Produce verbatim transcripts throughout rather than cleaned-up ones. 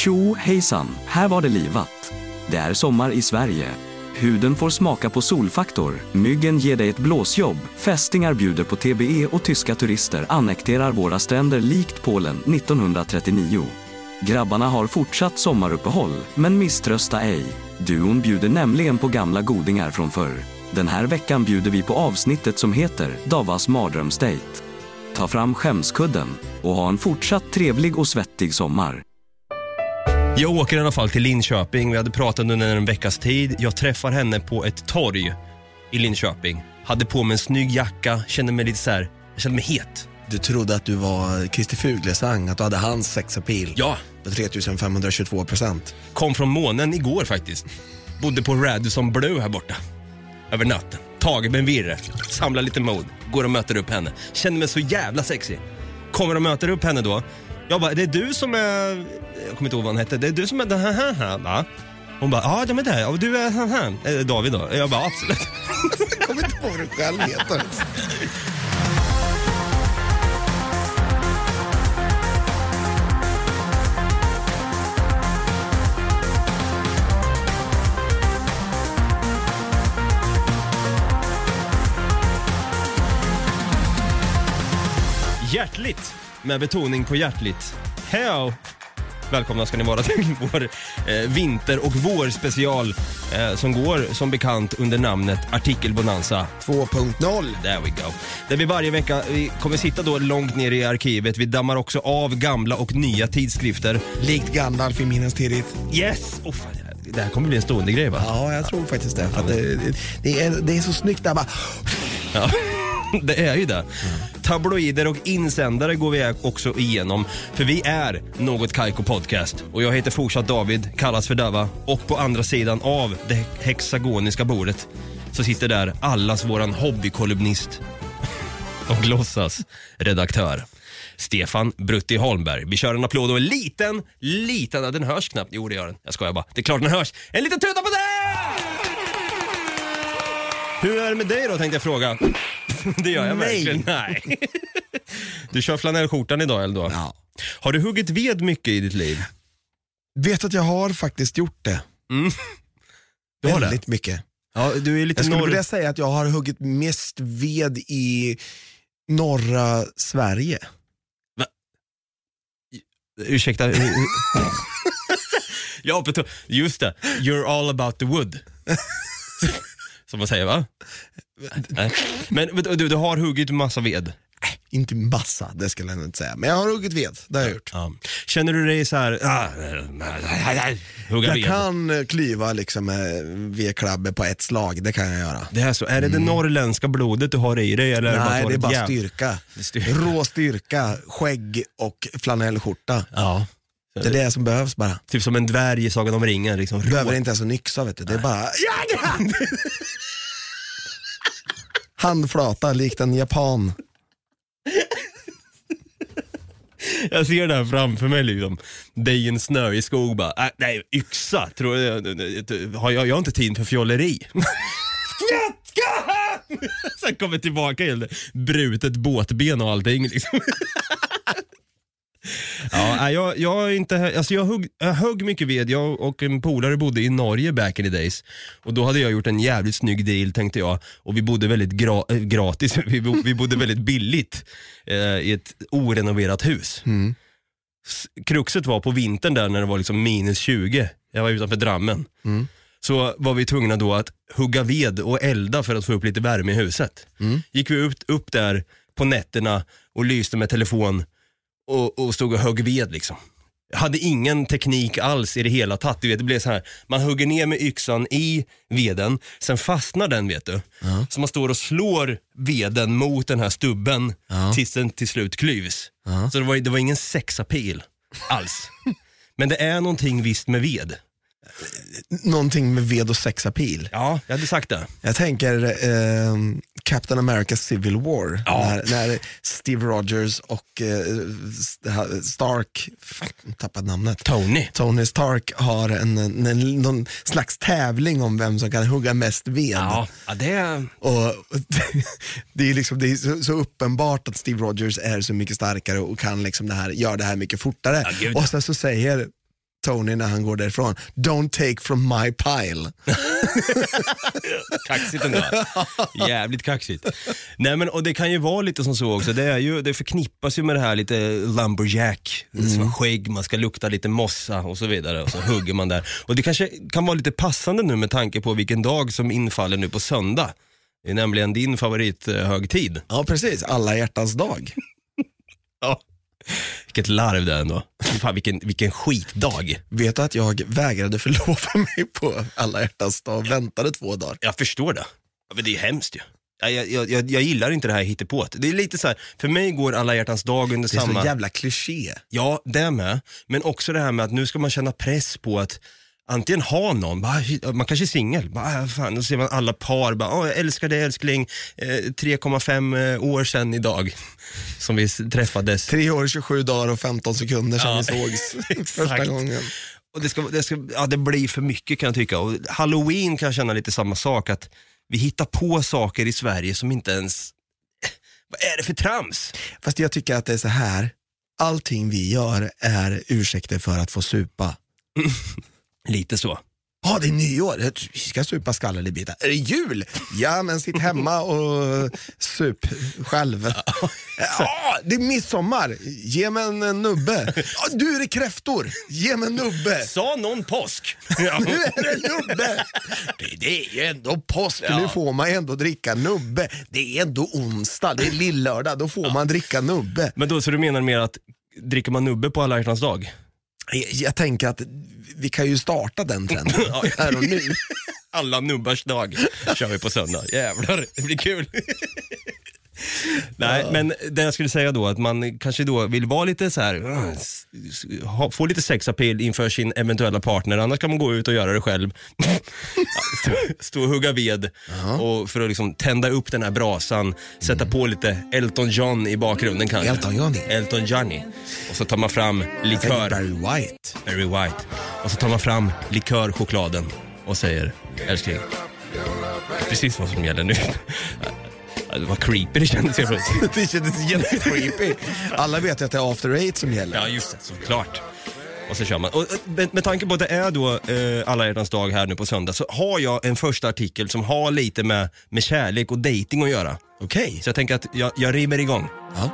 Tjo hejsan, här var det livat. Det är sommar i Sverige. Huden får smaka på solfaktor, myggen ger dig ett blåsjobb, fästingar bjuder på T B E och tyska turister annekterar våra stränder likt Polen nittonhundratrettionio. Grabbarna har fortsatt sommaruppehåll, men misströsta ej. Duon bjuder nämligen på gamla godingar från förr. Den här veckan bjuder vi på avsnittet som heter Davas mardrömsdate. Ta fram skämskudden och ha en fortsatt trevlig och svettig sommar. Jag åker i alla fall till Linköping. Vi hade pratat under en veckas tid. Jag träffar henne på ett torg i Linköping. Hade på mig en snygg jacka. Kände mig lite så här, jag kände mig het. Du trodde att du var Christer Fuglesang, att du hade hans sexapil. Ja. På tre tusen femhundratjugotvå procent. Kom från månen igår faktiskt. Bodde på Radisson Blue här borta. Över natten. Taget med en virre. Samlar lite mod. Går och möter upp henne. Känner mig så jävla sexy. Kommer och möter upp henne då. Jag bara, det är du som är... Jag kommer inte ihåg vad han hette. Det är du som är... Va? Hon bara, ja det är det. Och du är... Är David då? Jag bara, absolut. Jag kommer inte på vad du själv heter. Hjärtligt, med betoning på hjärtligt. Hej! Välkomna ska ni vara till vår eh, vinter- och vår-special eh, som går som bekant under namnet Artikelbonanza två punkt noll. There we go. Där vi varje vecka vi kommer sitta då långt ner i arkivet. Vi dammar också av gamla och nya tidskrifter. Likt Gandalf i Minnes Tirith. Yes! Oh, fan, det här kommer bli en stående grej, va? Ja, jag tror faktiskt det. För att det, det, är, det är så snyggt där bara... Ja. Det är ju det. Mm. Tabloider och insändare går vi också igenom. För vi är Något Kaiko Podcast. Och jag heter fortsatt David, kallas för Dava. Och på andra sidan av det hexagoniska bordet så sitter där allas våran hobbykolumnist och låtsas redaktör Stefan Brutti Holmberg. Vi kör en applåd och en liten, liten, den hörs knappt. Jo, det gör den. Jag skojar bara. Det är klart den hörs. En liten tuta på det! Hur är det med dig då, tänkte jag fråga. Det gör jag Nej. verkligen. Nej. Du kör flanellskjortan idag, eller då? Ja. Har du huggit ved mycket i ditt liv? Vet att jag har faktiskt gjort det. Mm. Du har Väldigt det? mycket. Ja, du är lite Jag skulle norr... vilja säga att jag har huggit mest ved i norra Sverige. Va? Ursäkta. Ja, just det. You're all about the wood. Som man säger, va? Nej. Men du, du har huggit massa ved? Inte massa, det skulle jag inte säga. Men jag har huggit ved, det har jag gjort. Ja. Känner du dig så här... Ah, hugga jag ved? kan klyva liksom vedklabbe på ett slag, det kan jag göra. Det är så. Är det det norrländska blodet du har i dig? Eller Nej, bara det är bara jäv... styrka. styrka. Rå styrka, skägg och flanellskjorta. Ja. Det är det som behövs bara. Typ som en dvärg i Sagan om ringen. Liksom. Du behöver inte ens en yxa, vet du. Det är bara... handflata, likt en japan. Jag ser det här framför mig liksom. Det är en snöig skog bara. Äh, nej, yxa tror jag. Har jag, jag har inte tid för fjolleri. Sen kommer tillbaka igen. Brutet båtben och allting liksom. Ja, jag, jag, är inte, alltså jag, hugg, jag högg mycket ved. Jag och en polare bodde i Norge back in the days. Och då hade jag gjort en jävligt snygg deal, tänkte jag. Och vi bodde väldigt gra, äh, gratis. Vi, vi bodde väldigt billigt eh, i ett orenoverat hus. Mm. Kruxet var på vintern där när det var liksom minus tjugo. Jag var utanför Drammen. Mm. Så var vi tvungna då att hugga ved och elda för att få upp lite värme i huset. Mm. Gick vi upp, upp där på nätterna och lyste med telefon och, och stod och högg ved liksom. Jag hade ingen teknik alls i det hela tatt. Du vet, det blev så här, man hugger ner med yxan i veden, sen fastnar den, vet du. Ja. Så man står och slår veden mot den här stubben, ja. tills den till slut klyvs. Ja. Så det var, det var ingen sexapil alls. Men det är någonting visst med ved. Någonting med ved och sexapil. Ja, jag hade sagt det. Jag tänker eh, Captain America Civil War. Ja. När, när Steve Rogers och eh, Stark, fan, tappade namnet. Tony. Tony Stark har en, en, en, någon slags tävling om vem som kan hugga mest ved. Ja, ja det är... Och det är, liksom, det är så, så uppenbart att Steve Rogers är så mycket starkare och kan liksom det här, gör det här mycket fortare. Ja, och sen så säger Tony när han går därifrån. Don't take from my pile. Kaxigt ändå. Jävligt kaxigt. Nej, men och det kan ju vara lite som så också. Det är ju, det förknippas ju med det här lite lumberjack. Mm. Som skägg, man ska lukta lite mossa och så vidare. Och så hugger man där. Och det kanske kan vara lite passande nu med tanke på vilken dag som infaller nu på söndag. Det är nämligen din favorithögtid. Ja, precis. Alla hjärtans dag. Ja. Vilket larv det är ändå. Fan, vilken, vilken skitdag. Vet du att jag vägrade förlova mig på alla hjärtans dag och väntade två dagar? Jag förstår det. Ja, men det är hemskt ju. Jag, jag, jag, jag gillar inte det här hittepåt. Det är lite så här, för mig går alla hjärtans dag under samma... Det är så jävla kliché. Ja, det med. Men också det här med att nu ska man känna press på att antingen ha någon, bara, man kanske är singel, bara, fan, då ser man alla par, bara, åh, jag älskar dig älskling, eh, tre komma fem år sedan idag som vi träffades. Tre år, tjugosju dagar och femton sekunder sedan ja, vi sågs första gången. Och det, ska, det, ska, ja, det blir för mycket kan jag tycka. Och Halloween kan jag känna lite samma sak, att vi hittar på saker i Sverige som inte ens, vad är det för trams? Fast jag tycker att det är så här, allting vi gör är ursäkter för att få supa. Lite så. Ja, det är nyår. Vi ska supa skallar i bitar. Är det jul? Ja, men sitt hemma och sup själv. Ja, det är midsommar. Ge mig en nubbe. Ja, du är det kräftor. Ge mig en nubbe. Sa någon påsk? Ja. Nu är det nubbe. Det, det är ju ändå påsk. Ja. Nu får man ändå dricka nubbe. Det är ändå onsdag. Det är lillördag. Då får ja. man dricka nubbe. Men då så du menar mer att dricker man nubbe på alla hjärtans dag? Jag, jag tänker att vi kan ju starta den trenden här och nu. Alla nubbars dag kör vi på söndag. Jävlar, det blir kul. Nej, ja. Men det jag skulle säga då, att man kanske då vill vara lite så här, uh, få lite sexappeal inför sin eventuella partner, annars kan man gå ut och göra det själv. stå, stå och hugga ved uh-huh. och för att liksom tända upp den här brasan, sätta mm. på lite Elton John i bakgrunden kanske. Elton Johnny. Elton Johnny. Och så tar man fram likör. Barry White. Barry White. Och så tar man fram likörchokladen och säger, älskling, precis vad som gäller nu. Det var creepy, det kändes jag Det kändes jättecreepy. Alla vet att det är After Eight som gäller. Ja, just det, såklart. Och så kör man. Och med, med tanke på att det är då eh, alla hjärtans dag här nu på söndag, så har jag en första artikel som har lite med, med kärlek och dating att göra. Okej. Okay. Så jag tänker att jag, jag river igång. Ja.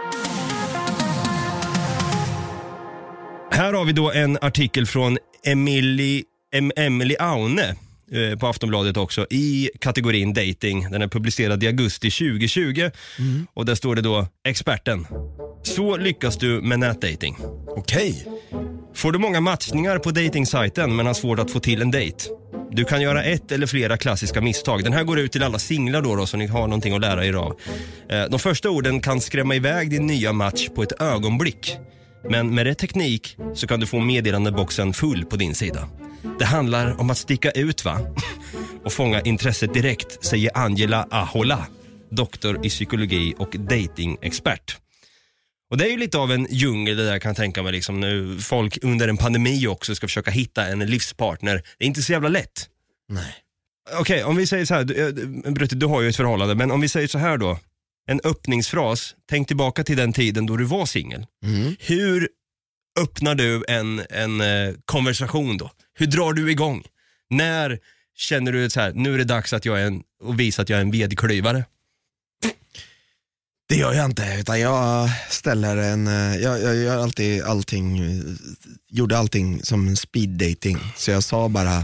Här har vi då en artikel från Emily, em, Emily Aune på Aftonbladet också i kategorin dating. Den är publicerad i augusti tjugo tjugo mm. och där står det då experten. Så lyckas du med nätdating. Okej. Får du många matchningar på datingsajten men har svårt att få till en date? Du kan göra ett eller flera klassiska misstag. Den här går ut till alla singlar då, då så ni har någonting att lära er av. De första orden kan skrämma iväg din nya match på ett ögonblick. Men med rätt teknik så kan du få meddelandeboxen full på din sida. Det handlar om att sticka ut, va? Och fånga intresset direkt, säger Angela Ahola, doktor i psykologi och datingexpert. Och det är ju lite av en djungel det där, kan jag tänka mig, liksom, nu folk under en pandemi också ska försöka hitta en livspartner. Det är inte så jävla lätt. Nej. Okej, okay, om vi säger så här, du, Brutte, du har ju ett förhållande, men om vi säger så här då, en öppningsfras, tänk tillbaka till den tiden då du var singel. Mm. Hur öppnar du en, en eh, konversation då? Hur drar du igång? När känner du så här, nu är det dags att jag är en, och visa att jag är en vedklyvare? Det gör jag inte, utan jag ställer en, jag, jag gör alltid allting, gjorde allting som speed dating. Så jag sa bara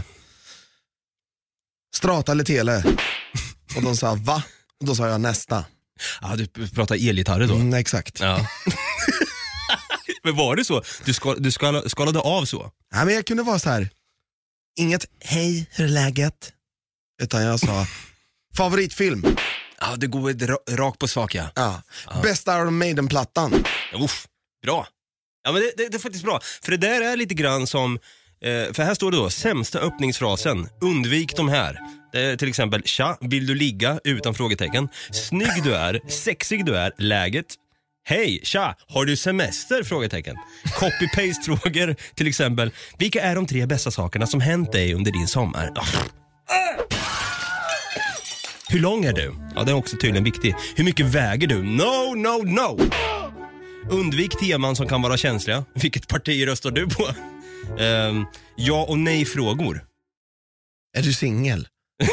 strata eller tele. Och de sa va? Och då sa jag nästa. Ja, du pratar elgitarrer då? Mm, exakt. Ja. Men var det så? Du, skal, du skal, skalade av så? Ja, men jag kunde vara så här. Inget hej, hur är läget? Utan jag sa favoritfilm. Ja, det går rakt på sak, ja. Ja. Ja. Bästa Iron Maiden-plattan. Uff, bra. Ja, men det, det, det är faktiskt bra. För det där är lite grann som, eh, för här står det då, sämsta öppningsfrasen. Undvik de här. Det är till exempel, tja, vill du ligga? Utan frågetecken. Snygg du är, sexig du är, läget. Hej, tja, har du semester? Frågetecken. Copy-paste-frågor, till exempel. Vilka är de tre bästa sakerna som hänt dig under din sommar? Oh. Hur lång är du? Ja, det är också tydligen viktigt. Hur mycket väger du? No, no, no! Undvik teman som kan vara känsliga. Vilket parti röstar du på? Um, ja och nej frågor. Är du singel?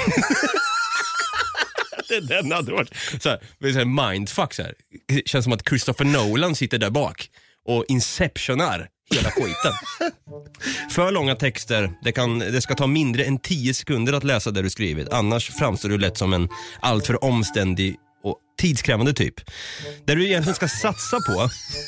Det den hade varit så här, så här mindfuck så här. Det känns som att Christopher Nolan sitter där bak och inceptionar hela skiten. För långa texter, det, kan, det ska ta mindre än tio sekunder att läsa det du skrivit. Annars framstår du lätt som en alltför omständig och tidskrävande typ. Där du egentligen ska satsa på.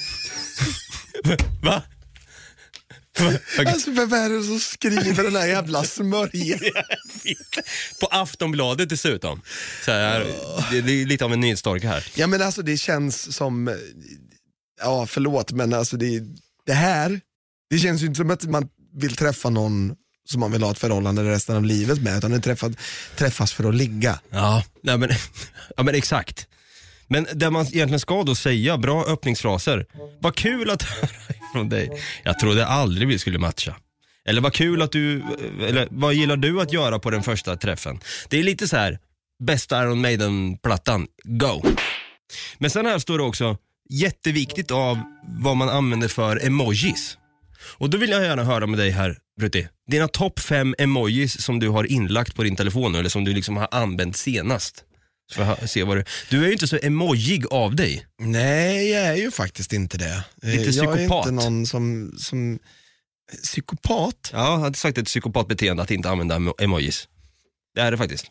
Va? Okay. Alltså vem är det som skriver den här jävla smörjen? På Aftonbladet dessutom. Så här, det är lite av en nyhetstorka här. Ja men alltså det känns som, ja förlåt men alltså det, det här, det känns ju inte som att man vill träffa någon som man vill ha ett förhållande resten av livet med, utan det träffas, träffas för att ligga. Ja, nej men, ja men exakt. Men det man egentligen ska då säga, bra öppningsfraser. Vad kul att höra från dig. Jag trodde aldrig vi skulle matcha. Eller vad kul att du, eller vad gillar du att göra på den första träffen? Det är lite så här, bästa Iron Maiden-plattan, go. Men sen här står det också, jätteviktigt av vad man använder för emojis. Och då vill jag gärna höra med dig här, Brutti. Dina topp fem emojis som du har inlagt på din telefon eller som du liksom har använt senast. Så jag se vad du... du är ju inte så emojig av dig. Nej, jag är ju faktiskt inte det. Lite psykopat. Jag är inte någon som... som... Psykopat? Ja, jag hade sagt ett psykopatbeteende att inte använda emojis. Det är det faktiskt.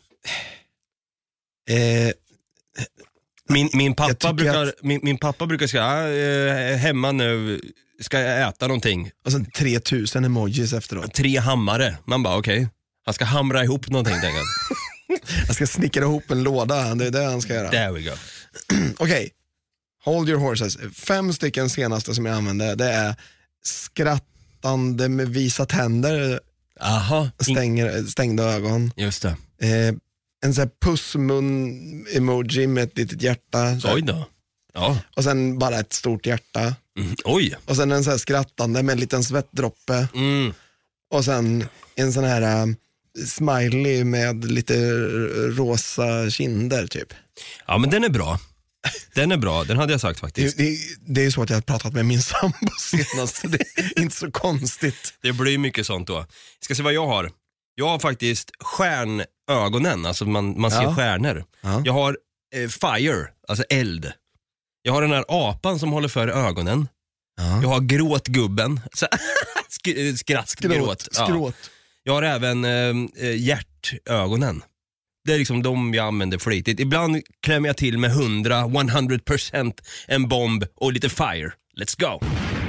Eh... Min, min, pappa brukar, att... min, min pappa brukar säga äh, hemma nu ska jag äta någonting. Och sen tre tusen emojis efteråt. Tre hammare. Man bara okej. Okay. Han ska hamra ihop någonting, tänker jag. Jag ska snickra ihop en låda, det är det han ska göra. There we go. Okej, okay. Hold your horses. Fem stycken senaste som jag använde, det är skrattande med visa tänder. Aha. Stänger, stängda ögon. Just det. Eh, en sån här pussmun-emoji med ett litet hjärta. Oj då. Ja. Och sen bara ett stort hjärta. Mm. Oj. Och sen en sån här skrattande med en liten svettdroppe. Mm. Och sen en sån här uh, smiley med lite rosa kinder typ. Ja men den är bra. Den är bra, den hade jag sagt faktiskt. Det, det, det är ju så att jag har pratat med min sambo senast, så det är inte så konstigt. Det blir mycket sånt då. Ska se vad jag har. Jag har faktiskt stjärnögonen, alltså man, man ser ja. stjärnor. Ja. Jag har eh, fire, alltså eld. Jag har den här apan som håller för ögonen. Ja. Jag har gråtgubben. Sk- skrask, skråt. gråt. Ja. skråt. Jag har även eh, hjärtögonen. Det är liksom de jag använder flitigt. Ibland klämmer jag till med hundra, hundra procent en bomb och lite fire. Let's go!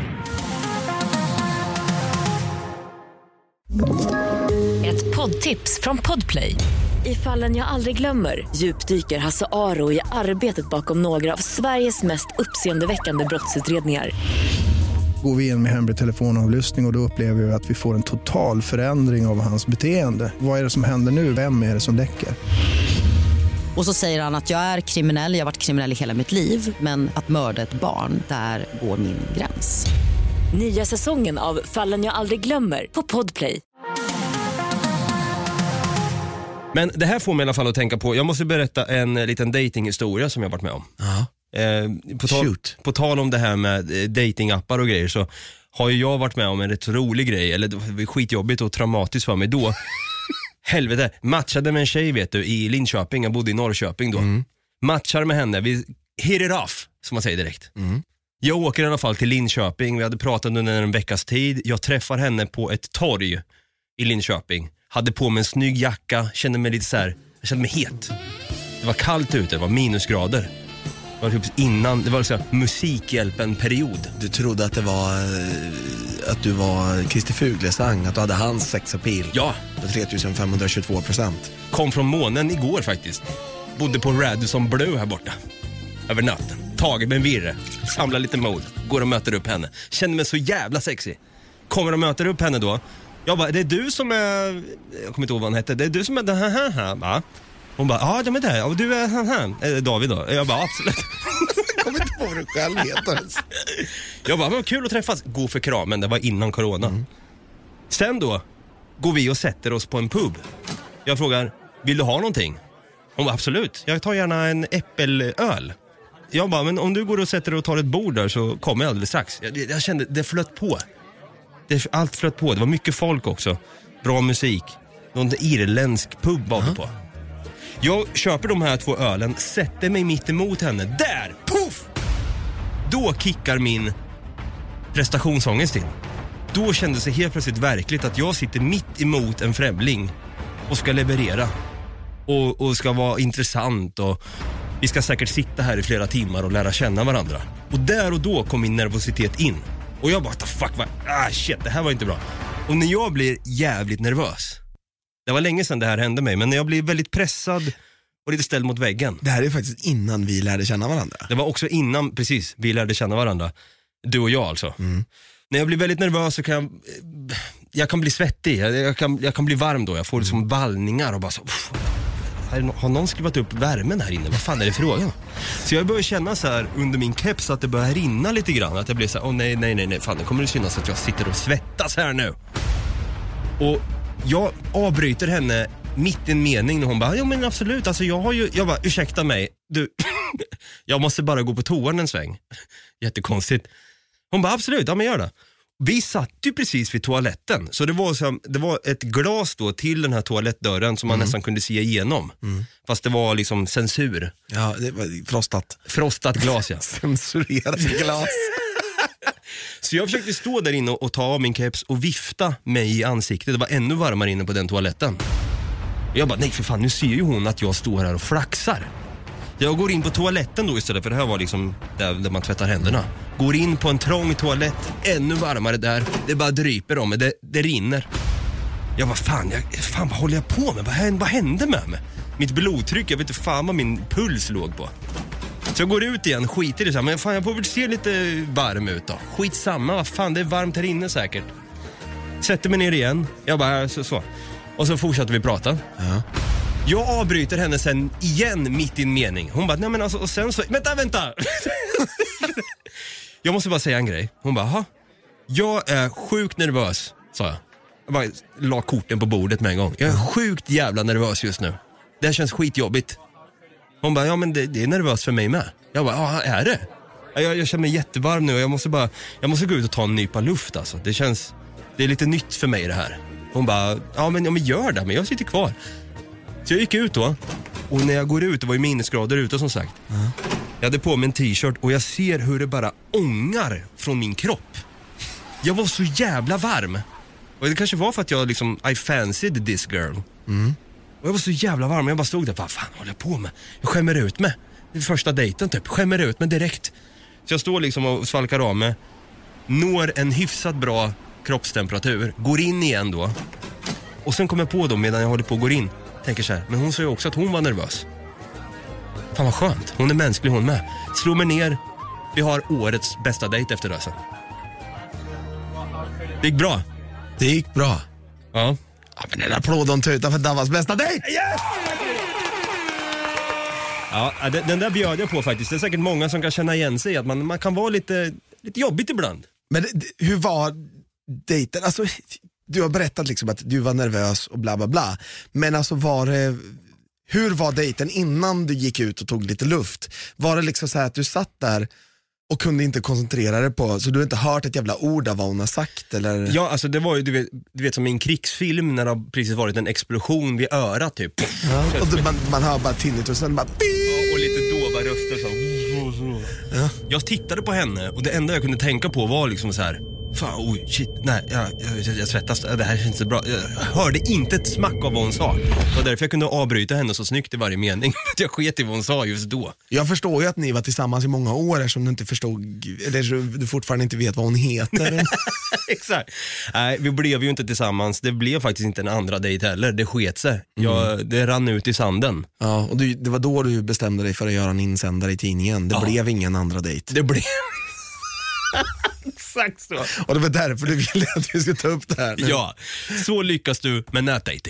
Ett poddtips från Podplay. I Fallen jag aldrig glömmer djupdyker Hasse Aro i arbetet bakom några av Sveriges mest uppseendeväckande brottsutredningar. Går vi in med hemlig telefonavlyssning och, och då upplever vi att vi får en total förändring av hans beteende. Vad är det som händer nu? Vem är det som läcker? Och så säger han att jag är kriminell, jag har varit kriminell i hela mitt liv. Men att mörda ett barn, där går min gräns. Nya säsongen av Fallen jag aldrig glömmer på Podplay. Men det här får mig i alla fall att tänka på, jag måste berätta en liten datinghistoria som jag varit med om. Ja. Eh, på, tal, Shoot. på tal om det här med eh, datingappar och grejer, så har ju jag varit med om en rätt rolig grej, eller det var skitjobbigt och traumatiskt för mig då. Helvete, matchade med en tjej vet du i Linköping, jag bodde i Norrköping då. Mm. Matchade med henne, vi hit it off som man säger direkt. Mm. Jag åker i alla fall till Linköping, vi hade pratat under en veckas tid. Jag träffar henne på ett torg i Linköping. Hade på mig en snygg jacka, kände mig lite så här, jag kände mig het. Det var kallt ute, det var minusgrader. Det var typ innan, det var så här Musikhjälpen-period. Du trodde att det var att du var Christer Fuglesang, att du hade hans sexappeal. Ja. På tre tusen femhundratjugotvå procent. Kom från månen igår faktiskt. Bodde på Radisson Blue här borta. Över natten. Taget med en virre. Samlar lite mod. Går och möter upp henne. Känner mig så jävla sexy. Kommer och möter upp henne då. Jag bara, det är du som är... Jag kommer inte ihåg vad han hette. Det är du som är... Ha, ha, ha. Va? Hon bara, ja, det är det. Och du är... Ha, ha. David då. Jag bara, absolut. Jag kommer inte på vad du själv heter. Jag bara, men kul att träffas. Gå för kramen. Det var innan corona. Mm. Sen då går vi och sätter oss på en pub. Jag frågar, vill du ha någonting? Hon bara, absolut. Jag tar gärna en äppelöl. Jag bara, men om du går och sätter dig och tar ett bord där så kommer jag alldeles strax. Jag, jag kände, det flöt på. Det, allt flöt på, det var mycket folk också. Bra musik. Någon irländsk pub var det på. Jag köper de här två ölen, sätter mig mitt emot henne. Där! Puff! Då kickar min prestationsångest in. Då kändes det helt plötsligt verkligt att jag sitter mitt emot en främling och ska leverera. Och, och ska vara intressant och vi ska säkert sitta här i flera timmar och lära känna varandra. Och där och då kom min nervositet in. Och jag bara, what the fuck, vad? Ah shit, det här var inte bra. Och när jag blir jävligt nervös, det var länge sedan det här hände mig, men när jag blir väldigt pressad och lite ställd mot väggen. Det här är faktiskt innan vi lärde känna varandra. Det var också innan, precis, vi lärde känna varandra. Du och jag alltså. Mm. När jag blir väldigt nervös så kan jag, jag kan bli svettig, jag, jag, kan, jag kan bli varm då. Jag får liksom mm. vallningar och bara så, uff, har någon skrivit upp värmen här inne? Vad fan är det frågan? Så jag börjar känna så här under min keps att det börjar rinna lite grann. Att jag blir så här, åh oh, nej, nej, nej, nej, fan det kommer det synas att jag sitter och svettas här nu. Och jag avbryter henne mitt i en mening när hon bara, ja men absolut, alltså jag har ju, jag bara, ursäkta mig, du, jag måste bara gå på toan en sväng. Jättekonstigt. Hon bara, absolut, ja men gör det. Vi satt ju precis vid toaletten. Så det var, så, det var ett glas då till den här toalettdörren som man mm. nästan kunde se igenom. Mm. Fast det var liksom censur. Ja, det var frostat. Frostat glas, ja. Censurerat glas. Så jag försökte stå där inne och ta av min keps och vifta mig i ansiktet. Det var ännu varmare inne på den toaletten. Jag bara, nej för fan, nu ser ju hon att jag står här och flaxar. Jag går in på toaletten då istället, för det här var liksom där, där man tvättar händerna. Går in på en trång toalett, ännu varmare där. Det bara dryper om mig, det, det rinner. Jag bara, fan, jag, fan vad håller jag på med? Vad hände, vad hände med mig? Mitt blodtryck, jag vet inte fan vad min puls låg på. Så jag går ut igen, skiter i det så här, men fan jag får väl se lite varm ut då. Skitsamma, vad fan, det är varmt här inne säkert. Sätter mig ner igen, jag bara, så, så. Och så fortsätter vi prata. Ja. Jag avbryter henne sen igen mitt i en mening. Hon bara, nej men alltså, och sen så, vänta, vänta. Jag måste bara säga en grej. Hon bara, aha, jag är sjukt nervös, sa jag. Jag bara la korten på bordet med en gång. Jag är sjukt jävla nervös just nu. Det här känns skitjobbigt. Hon bara, ja men det, det är nervös för mig med. Jag bara, ja är det? Jag, jag känner mig jättevarm nu och jag måste bara, jag måste gå ut och ta en nypa luft alltså. Det känns, det är lite nytt för mig det här. Hon bara, ja men, ja, men gör det, men jag sitter kvar. Så jag gick ut då. Och när jag går ut, det var ju minusgrader ute som sagt. Uh-huh. Jag hade på mig en t-shirt och jag ser hur det bara ångar från min kropp. Jag var så jävla varm. Och det kanske var för att jag liksom, I fancied this girl. Mm. Och jag var så jävla varm och jag bara stod där, vad fan håller jag på med? Jag skämmer ut mig. Det är första dejten typ, skämmer ut mig direkt. Så jag står liksom och svalkar av mig. Når en hyfsat bra kroppstemperatur. Går in igen då. Och sen kommer jag på då medan jag håller på att gå in. Tänker så här, men hon sa ju också att hon var nervös. Fan vad skönt, hon är mänsklig hon med. Slår mig ner, vi har årets bästa dejt efter det sen. Det gick bra. Det gick bra. Ja. Ja men en applåd och tuta för Davas bästa dejt. Yes! Ja, den där bjöd jag på faktiskt. Det är säkert många som kan känna igen sig att man, man kan vara lite, lite jobbigt ibland. Men hur var dejten? Alltså, du har berättat liksom att du var nervös och bla bla bla. Men alltså var det, hur var dejten innan du gick ut och tog lite luft? Var det liksom så här att du satt där och kunde inte koncentrera dig på, så du har inte hört ett jävla ord av vad hon har sagt eller? Ja, alltså det var ju, du vet, du vet som i en krigsfilm när det har precis varit en explosion vid örat typ. Ja, och då, man, man hör bara tinnet och sen bara ja, och lite dova röster så. Ja. Jag tittade på henne och det enda jag kunde tänka på var liksom så här. Fan, oj, shit, nej, jag, jag, jag svettas, det här känns inte bra. Jag hörde inte ett smack av vad hon sa. Det var därför jag kunde avbryta henne så snyggt i varje mening. Jag sket i vad hon sa just då. Jag förstår ju att ni var tillsammans i många år eftersom du inte förstod, eller du fortfarande inte vet vad hon heter. Exakt. Nej, vi blev ju inte tillsammans. Det blev faktiskt inte en andra dejt heller. Det sket sig. Jag, mm. Det rann ut i sanden. Ja, och du, det var då du bestämde dig för att göra en insändare i tidningen. Det ja. blev ingen andra dejt. Det blev... Exakt så. Och det var därför du ville att vi skulle ta upp det här nu. Ja, så lyckas du med nätdating.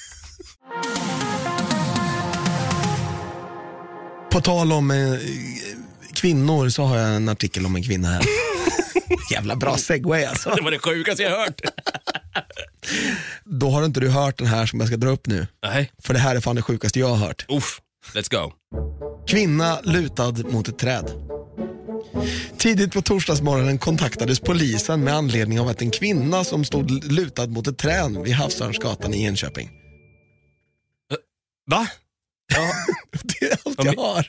På tal om eh, kvinnor så har jag en artikel om en kvinna här. Jävla bra segway alltså. Det var det sjukaste jag hört. Då har inte du hört den här som jag ska dra upp nu. Nej. För det här är fan det sjukaste jag har hört. Uff, let's go. Kvinna lutad mot ett träd. Tidigt på torsdagsmorgonen kontaktades polisen med anledning av att en kvinna som stod lutad mot ett träd vid Havsörnsgatan i Enköping. Va? Ja. Det är allt jag har.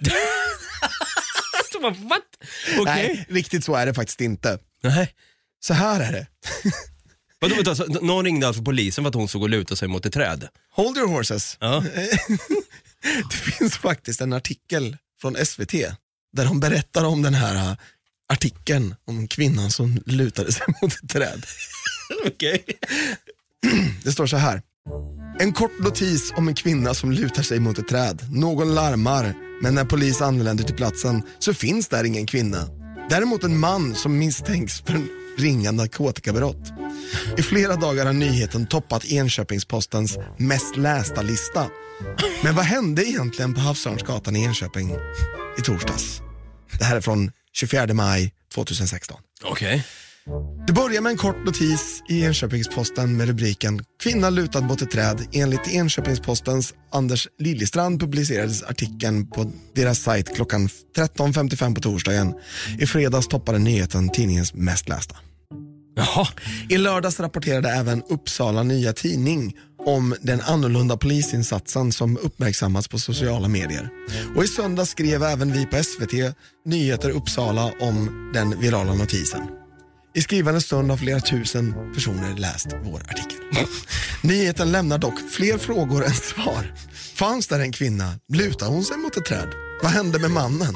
What? Okay. Nej, riktigt så är det faktiskt inte. Nej. Så här är det. Vadå, vänta, så någon ringde alltså polisen för att hon såg och lutade sig mot ett träd? Hold your horses. Ja. Det finns faktiskt en artikel från S V T där de berättar om den här artikeln om kvinnan som lutade sig mot ett träd. Okej. Det står så här. En kort notis om en kvinna som lutar sig mot ett träd. Någon larmar, men när polis anländer till platsen så finns där ingen kvinna. Däremot en man som misstänks för en ringa narkotikabrott. I flera dagar har nyheten toppat Enköpingspostens mest lästa lista. Men vad hände egentligen på Havsörnsgatan i Enköping i torsdags? Det här är från tjugofjärde maj tjugohundrasexton. Okej. Okay. Det börjar med en kort notis i Enköpingsposten med rubriken Kvinna lutad mot ett träd. Enligt Enköpingspostens Anders Liljestrand publicerades artikeln på deras sajt klockan tretton femtiofem på torsdagen. I fredags toppade nyheten tidningens mest lästa. Jaha. I lördags rapporterade även Uppsala Nya Tidning om den annorlunda polisinsatsen som uppmärksammats på sociala medier. Och i söndag skrev även vi på S V T Nyheter Uppsala om den virala notisen. I skrivande stund har flera tusen personer läst vår artikel. Nyheten lämnar dock fler frågor än svar. Fanns där en kvinna? Lutade hon sig mot ett träd? Vad hände med mannen?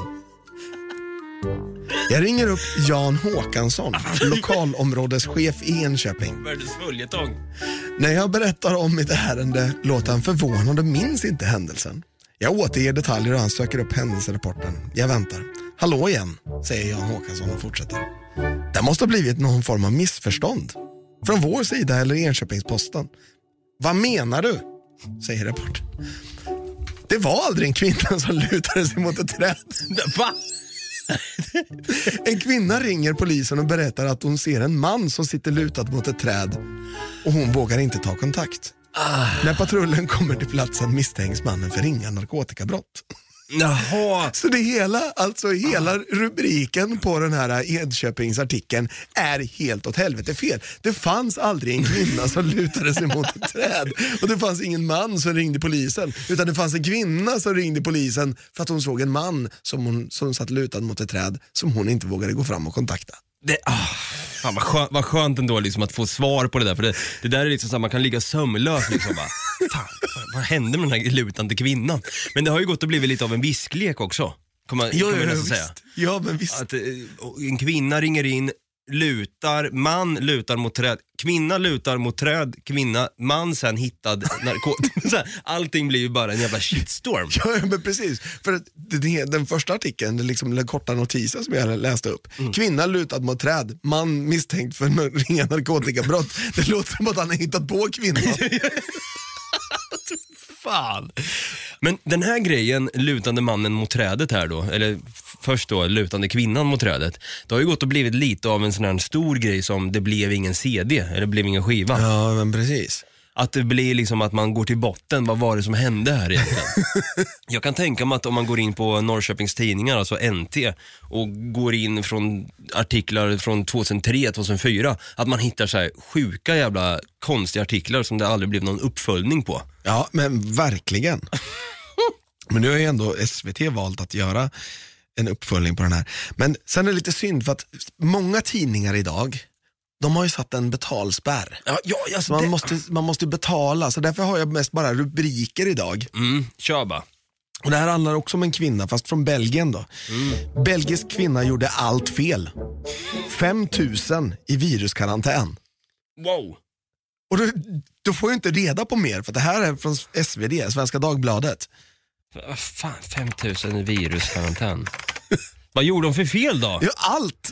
Jag ringer upp Jan Håkansson, lokalområdeschef i Enköping. Världens följetong. När jag berättar om mitt ärende låter han förvånad och minns inte händelsen. Jag återger detaljer och han söker upp händelserapporten. Jag väntar. Hallå igen, säger Jan Håkansson och fortsätter. Det måste ha blivit någon form av missförstånd. Från vår sida eller Enköpingsposten. Vad menar du? Säger reportern. Det var aldrig en kvinna som lutade sig mot ett träd. Va? En kvinna ringer polisen och berättar att hon ser en man som sitter lutad mot ett träd och hon vågar inte ta kontakt. Ah. När patrullen kommer till platsen misstänks mannen för ringa narkotikabrott. Jaha. Så det hela, alltså hela rubriken på den här Enköpingsartikeln är helt åt helvete fel. Det fanns aldrig en kvinna som lutade sig mot ett träd och det fanns ingen man som ringde polisen, utan det fanns en kvinna som ringde polisen för att hon såg en man som, hon, som satt lutad mot ett träd som hon inte vågade gå fram och kontakta. Det, ah, fan vad, skönt, vad skönt ändå liksom att få svar på det där. För det, det där är liksom så att man kan ligga sömnlös liksom bara, fan, vad, vad hände med den här lutande kvinnan? Men det har ju gått att bli lite av en visklek också. Kan man, jo, kan man jo, nästan säga. Ja, men visst. Att, en kvinna ringer in, lutar, man lutar mot träd, kvinna lutar mot träd, kvinna, man sen hittad narkotika. Allting blir ju bara en jävla shitstorm. Ja, men precis. För att det, den första artikeln, den, liksom, den korta notisen som jag läste upp. Mm. Kvinna lutad mot träd, man misstänkt för n- ringa narkotikabrott. Det låter som att han har hittat på kvinnan. Fan. Men den här grejen, lutande mannen mot trädet här då, eller först då lutande kvinnan mot trädet, det har ju gått och blivit lite av en sån här stor grej som det blev ingen C D, eller det blev ingen skiva. Ja, men precis. Att det blir liksom att man går till botten, vad var det som hände här egentligen? Jag kan tänka mig att om man går in på Norrköpings tidningar, alltså N T, och går in från artiklar från tjugohundratre tjugohundrafyra, att man hittar så här sjuka jävla konstiga artiklar som det aldrig blev någon uppföljning på. Ja, men verkligen. Men nu har ju ändå S V T valt att göra en uppföljning på den här. Men sen är det lite synd för att många tidningar idag, de har ju satt en betalspärr. Ja, ja, alltså man, det... måste, man måste betala, så därför har jag mest bara rubriker idag. Mm, kör bara. Och det här handlar också om en kvinna, fast från Belgien då. Mm. Belgisk kvinna gjorde allt fel. fem tusen i viruskarantän. Wow. Och då, då får jag inte reda på mer, för det här är från S V D, Svenska Dagbladet. Vad fan, fem tusen i viruskarantän. Vad gjorde de för fel då? Ja, allt.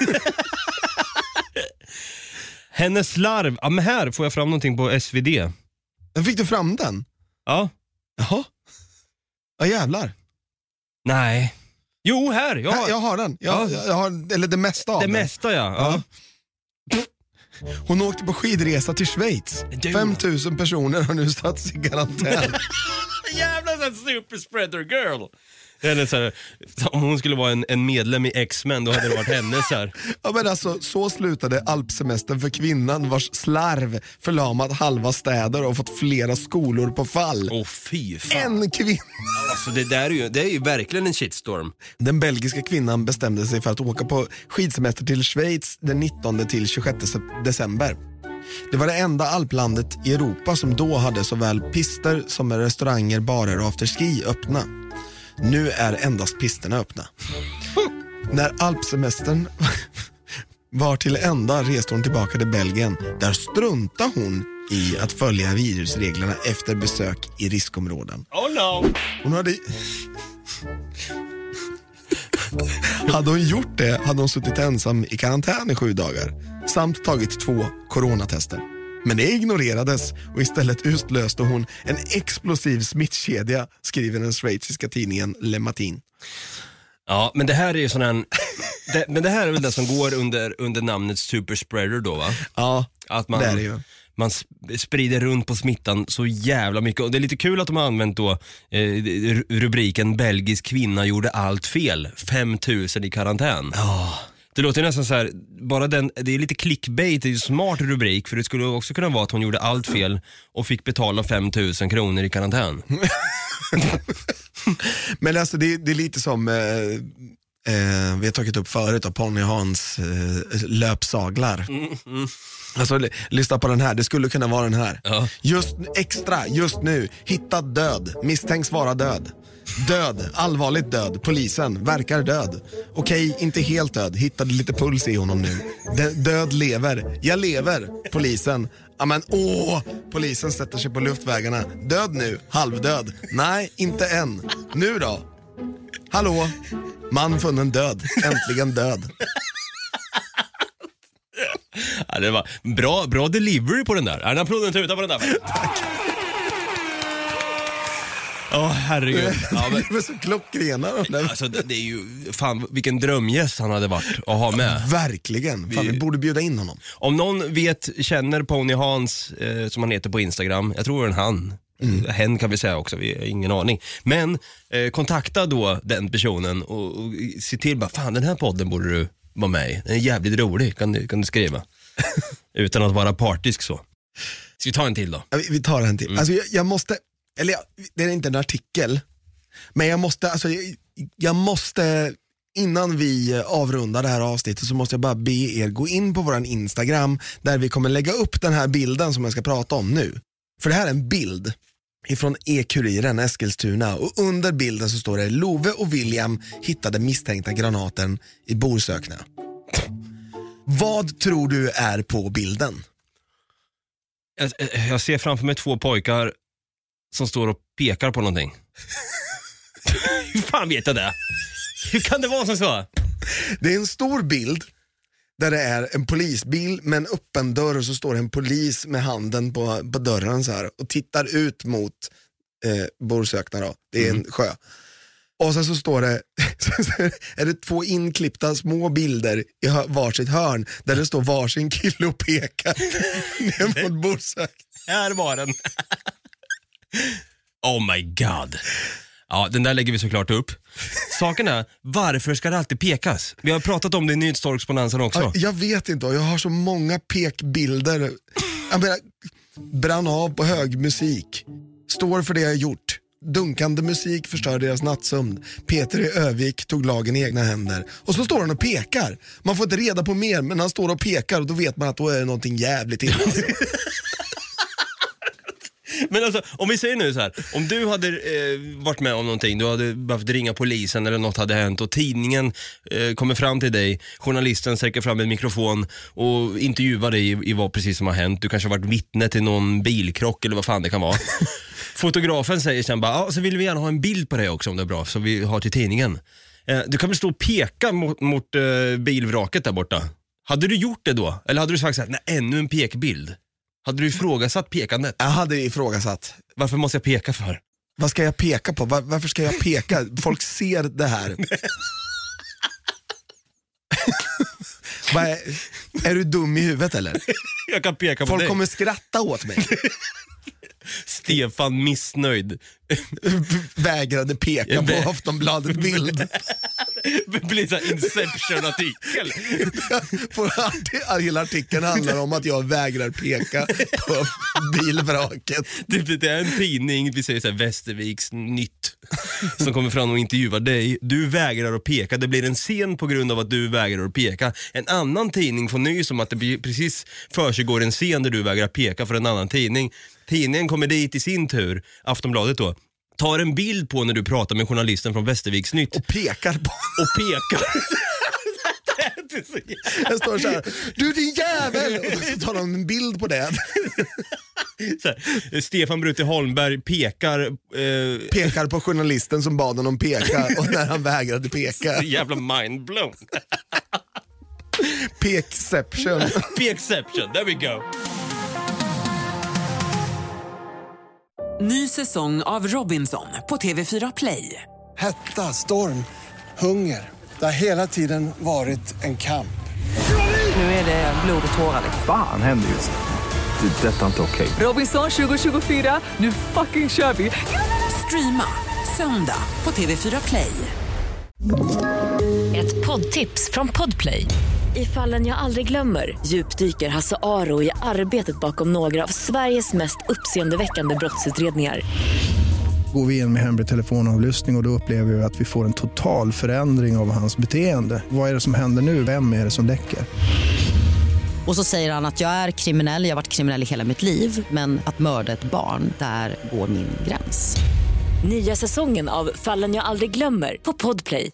Hennes slarv. Ja, men här får jag fram någonting på S V D. Men fick du fram den? Ja. Jaha. Ja, jävlar. Nej. Jo, här. Jag har, här, jag har den. Jag, ja. jag har, eller det mesta av det den. Det mesta, ja. ja. ja. Hon åkte på skidresa till Schweiz. Du. fem tusen personer har nu satts i karantän. Jävla sån super spreader girl. Eller så här, om hon skulle vara en, en medlem i X-Men, då hade det varit henne så här. Ja, men alltså, så slutade alpsemestern för kvinnan vars slarv förlamat halva städer och fått flera skolor på fall. Åh fy fan. En kvinna. Alltså det där är ju, det är ju verkligen en shitstorm. Den belgiska kvinnan bestämde sig för att åka på skidsemester till Schweiz den nittonde till tjugosjätte december. Det var det enda alplandet i Europa som då hade såväl pister som restauranger, barer och afterski öppna. Nu är endast pisterna öppna. När alpsemestern var till ända reste hon tillbaka till Belgien. Där struntade hon i att följa virusreglerna efter besök i riskområden. Oh no! Hon hade... Hade hon gjort det hade hon suttit ensam i karantän i sju dagar samt tagit två coronatester. Men det ignorerades och istället utlöste hon en explosiv smittkedja, skriver den schweiziska tidningen Le Matin. Ja, men det här är ju sån här... det, men det här är väl det som går under, under namnet superspreader då, va? Ja, att man, det är det ju. Man sprider runt på smittan så jävla mycket. Och det är lite kul att de har använt då eh, rubriken belgisk kvinna gjorde allt fel. fem tusen i karantän. Ja. Det låter nästan så här, bara den, det är lite clickbait, det är ju smart rubrik, för det skulle också kunna vara att hon gjorde allt fel och fick betala fem tusen kronor i karantän. Men alltså det, det är lite som eh, eh, vi har tagit upp förut av Pony Hans eh, löpsaglar. Mm, mm. Alltså l- lyssna på den här, det skulle kunna vara den här. Ja. Just extra, just nu, hittad död, misstänks vara död. Död, allvarligt död, polisen, verkar död. Okej, inte helt död, hittade lite puls i honom nu. D- död lever, jag lever, polisen. Ja men åh, polisen sätter sig på luftvägarna. Död nu, halvdöd. Nej, inte än. Nu då? Hallå, man funnen död, äntligen död. Ja, det var bra, bra delivery på den där. Är den applåden tuta på den där? Åh, oh, herregud. Ja, men, Det var så klockrena de där. alltså, det, det är ju, fan, vilken drömgäst han hade varit att ha med. Verkligen, fan, vi, vi borde bjuda in honom. Om någon vet, känner Pony Hans, eh, som han heter på Instagram, jag tror det är en han. Mm. Hen kan vi säga också, vi har ingen aning. Men eh, kontakta då den personen och, och se till bara, fan den här podden borde du vara med i. Den är jävligt rolig, kan du, kan du skriva. Utan att vara partisk så. Ska vi ta en till då? Ja, vi, vi tar en till. Mm. Alltså jag, jag måste, eller jag, det är inte en artikel, men jag måste, alltså jag, jag måste, innan vi avrundar det här avsnittet så måste jag bara be er gå in på våran Instagram där vi kommer lägga upp den här bilden som jag ska prata om nu. För det här är en bild ifrån E-Kuriren Eskilstuna och under bilden så står det: Love och William hittade misstänkta granaten i Borsökna. Vad tror du är på bilden? Jag, jag ser framför mig två pojkar som står och pekar på någonting. Hur fan vet jag det? Hur kan det vara som så? Det är en stor bild där det är en polisbil med en öppen dörr och så står det en polis med handen på, på dörren så här och tittar ut mot eh, Borsökna då. Det är en mm. sjö. Och sen så står det är det två inklippta små bilder i varsitt hörn där det står varsin kille och pekar ner mot Borsökna. Här var den. Oh my god. Ja, den där lägger vi såklart upp. Saken är, varför ska det alltid pekas? Vi har pratat om det i nyhetskorrespondensen också. Ja, jag vet inte, jag har så många pekbilder. Jag menar, brann av på hög musik. Står för det jag gjort. Dunkande musik förstör deras nattsömn. Peter i Övik tog lagen i egna händer. Och så står han och pekar. Man får inte reda på mer, men han står och pekar och då vet man att då är det någonting jävligt illa. Men alltså, om vi säger nu så här, om du hade eh, varit med om någonting, du hade behövt ringa polisen eller något hade hänt och tidningen eh, kommer fram till dig, journalisten sträcker fram en mikrofon och intervjuar dig i, i vad precis som har hänt. Du kanske har varit vittne till någon bilkrock eller vad fan det kan vara. Fotografen säger sen bara, ja, så vill vi gärna ha en bild på dig också om det är bra, som vi har till tidningen. Eh, du kan väl stå och peka mot, mot eh, bilvraket där borta. Hade du gjort det då? Eller hade du sagt så här, nej, ännu en pekbild? Hade du ifrågasatt pekandet? Jag hade ifrågasatt. Varför måste jag peka för? Vad ska jag peka på? Var, varför ska jag peka? Folk ser det här. är, är du dum i huvudet eller? Jag kan peka på Folk dig. kommer skratta åt mig. Stefan missnöjd. vägrade peka på Aftonbladet bild. Det blir så här Inception-artikel. Hela artikeln handlar om att jag vägrar peka på bilvraket. Det, det är en tidning, vi säger så här, Västerviks Nytt, som kommer fram och intervjuar dig. Du vägrar att peka. Det blir en scen på grund av att du vägrar att peka. En annan tidning får nys om att det blir, precis försiggår en scen där du vägrar peka för en annan tidning. Tidningen kommer dit i sin tur, Aftonbladet då, tar en bild på när du pratar med journalisten från Västerviks Nytt. Och pekar på. Och pekar. Jag står så här, du din jävel! Och så tar de en bild på det. Så här, Stefan Brutti Holmberg pekar eh... Pekar på journalisten som bad honom peka. Och när han vägrade peka. Jävla mindblown. Pekception. Pekception, there we go. Ny säsong av Robinson på T V fyra Play. Hetta, storm, hunger. Det har hela tiden varit en kamp. Nu är det blod och tårar. Fan händer just det. Det är detta inte okej. Robinson tjugo tjugofyra, nu fucking kör vi. Streama söndag på T V fyra Play. Ett poddtips från Podplay. I Fallen jag aldrig glömmer djupdyker Hasse Aro i arbetet bakom några av Sveriges mest uppseendeväckande brottsutredningar. Går vi in med hemlig telefonavlyssning och, och då upplever vi att vi får en total förändring av hans beteende. Vad är det som händer nu? Vem är det som läcker? Och så säger han att jag är kriminell, jag har varit kriminell i hela mitt liv. Men att mörda ett barn, där går min gräns. Nya säsongen av Fallen jag aldrig glömmer på Podplay.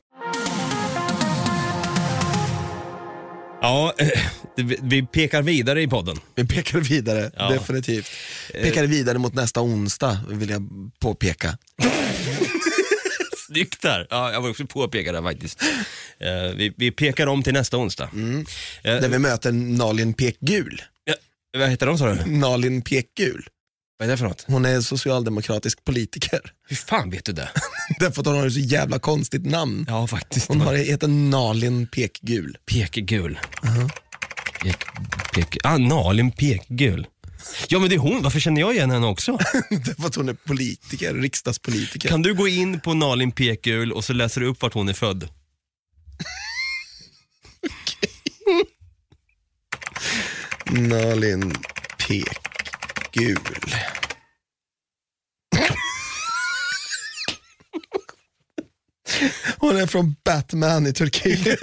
Ja, vi pekar vidare i podden. Vi pekar vidare, ja. Definitivt. Pekar vidare mot nästa onsdag, vill jag påpeka. Snyggt där. Ja, jag var också påpeka det faktiskt. Uh, vi, vi pekar om till nästa onsdag. Mm. Uh, Där vi möter Nalin Pekgul. Ja, vad heter de, sa du? Nalin Pekgul. Vad är det för något? Hon är socialdemokratisk politiker. Hur fan vet du det? Därför att hon har ett så jävla konstigt namn. Ja, faktiskt. Hon har heter Nalin Pekgul. Pekgul. Uh-huh. Pek, pek, ah, Nalin Pekgul. Ja, men det är hon. Varför känner jag igen henne också? Därför att hon är politiker, riksdagspolitiker. Kan du gå in på Nalin Pekgul och så läser du upp vart hon är född? Nalin Pekgul. Hon är från Batman i Turkiet.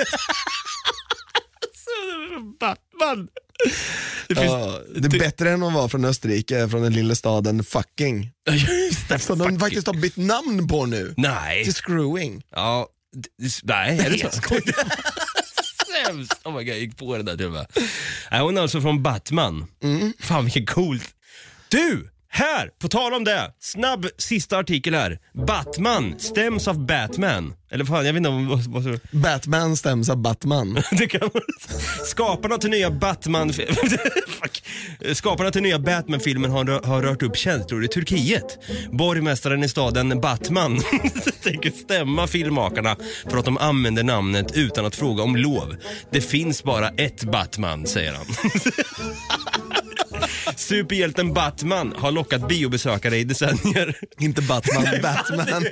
Batman. Det, finns, ja, det är det... bättre än att vara från Österrike, från den lilla staden Fucking. Just det, så de faktiskt har bytt namn på nu. Nej. Till Screwing. Ja, d- nej, är det så? Sämst. Oh my god, jag gick på det där till och med. Nej, hon är alltså från Batman. Mm. Fan, vilket coolt. Du! Här, på tal om det, snabb sista artikel här. Batman stäms av Batman. Eller fan, jag vet inte vad, vad, vad Batman stäms av Batman. Det kan man. Skaparna till nya Batman Fuck. Skaparna till nya Batman-filmen har, har rört upp känslor i Turkiet. Borgmästaren i staden Batman tänker stämma filmmakarna för att de använder namnet utan att fråga om lov. Det finns bara ett Batman, säger han. Superhjälten Batman har lockat biobesökare i decennier. Inte Batman, nej, Batman.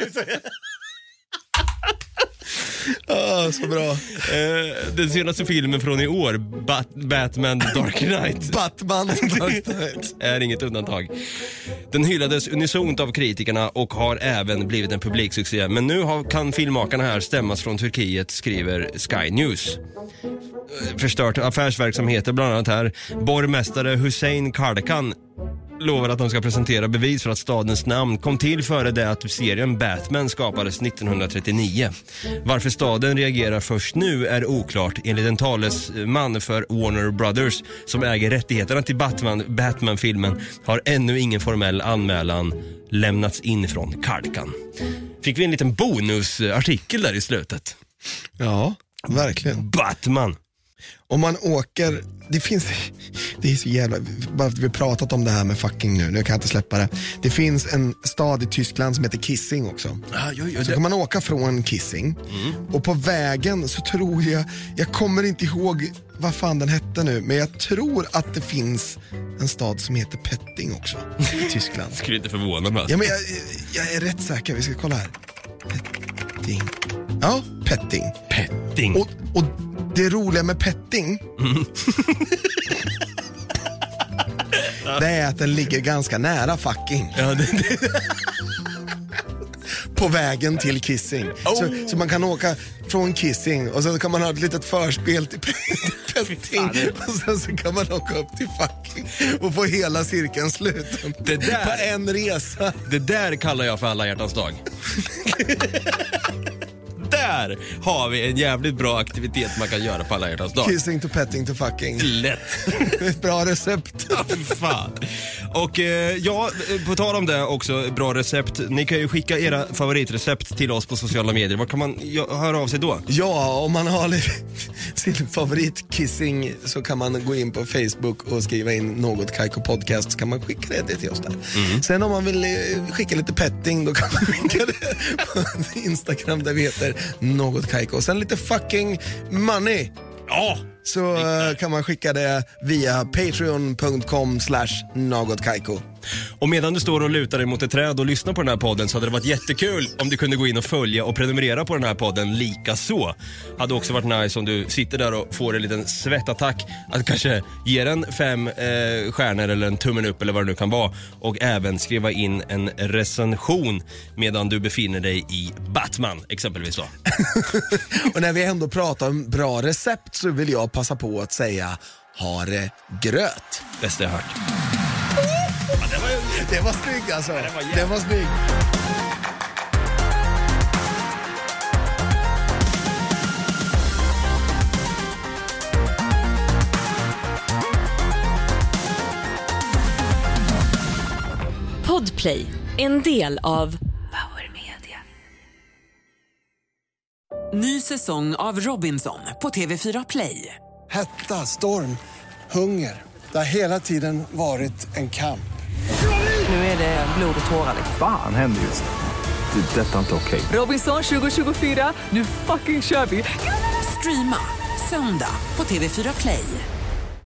Oh, så bra. uh, Den senaste filmen från i år, Bat- Batman Dark Knight. Batman Dark Knight är inget undantag. Den hyllades unisont av kritikerna och har även blivit en publiksuccé. Men nu har, kan filmmakarna här stämmas från Turkiet, skriver Sky News. Förstört affärsverksamheter bland annat här. Borgmästare Hüseyin Kardekan lovar att de ska presentera bevis för att stadens namn kom till före det att serien Batman skapades nittonhundratrettionio. Varför staden reagerar först nu är oklart, enligt en talesman för Warner Brothers som äger rättigheterna till Batman, Batman-filmen har ännu ingen formell anmälan lämnats in från Kardekan. Fick vi en liten bonusartikel där i slutet. Ja, verkligen. Batman. Om man åker, det finns, det är så jävla, bara att vi har pratat om det här med fucking nu, nu kan jag inte släppa det. Det finns en stad i Tyskland som heter Kissing också. Ah, jo, jo, så kan man åka från Kissing mm. och på vägen så tror jag, jag kommer inte ihåg vad fan den hette nu, men jag tror att det finns en stad som heter Petting också i Tyskland. Skulle inte förvåna mig. Ja, men jag, jag är rätt säker, vi ska kolla här. Petting. Ja, Petting. Petting. Och, och det roliga med Petting mm. det är att den ligger ganska nära fucking. Ja, det, det. På vägen till Kissing. Oh. Så, så man kan åka från Kissing och sen kan man ha ett litet förspel till Petting och sen så kan man åka upp till fucking och få hela cirkeln sluten. Det där, på en resa. Det där kallar jag för alla hjärtans dag. Där har vi en jävligt bra aktivitet man kan göra på alla hjärtans dag. Kissing to petting to fucking. Lätt. Ett bra recept. Ja, fan. Och eh, ja, på tal om det också, bra recept. Ni kan ju skicka era favoritrecept till oss på sociala medier. Var kan man höra av sig då? Ja, om man har sin favoritkissing så kan man gå in på Facebook och skriva in något Kaiko Podcast, så kan man skicka det till oss där. Mm. Sen om man vill skicka lite petting, då kan man skicka det på Instagram där vi heter något Kaiko. Och sen lite fucking money. Ja, så uh, kan man skicka det via patreon punkt com slash något Kaiko. Och medan du står och lutar dig mot ett träd och lyssnar på den här podden så hade det varit jättekul om du kunde gå in och följa och prenumerera på den här podden lika så. Hade också varit nice om du sitter där och får en liten svettattack att kanske ge den fem eh, stjärnor eller en tummen upp eller vad det nu kan vara, och även skriva in en recension medan du befinner dig i Batman exempelvis då. Och när vi ändå pratar om bra recept så vill jag passa på att säga ha det gröt. Bästa jag hört. Ja, det, var, det var snygg alltså. Ja, det var, det var snygg. Podplay, en del av Power Media. Ny säsong av Robinson på T V fyra Play. Hetta, storm, hunger. Det har hela tiden varit en kamp. Nu är det blod och tårar. Fan händer just det. Det är detta inte okej. Robinson tjugo tjugofyra, nu fucking kör vi. Streama söndag på T V fyra Play.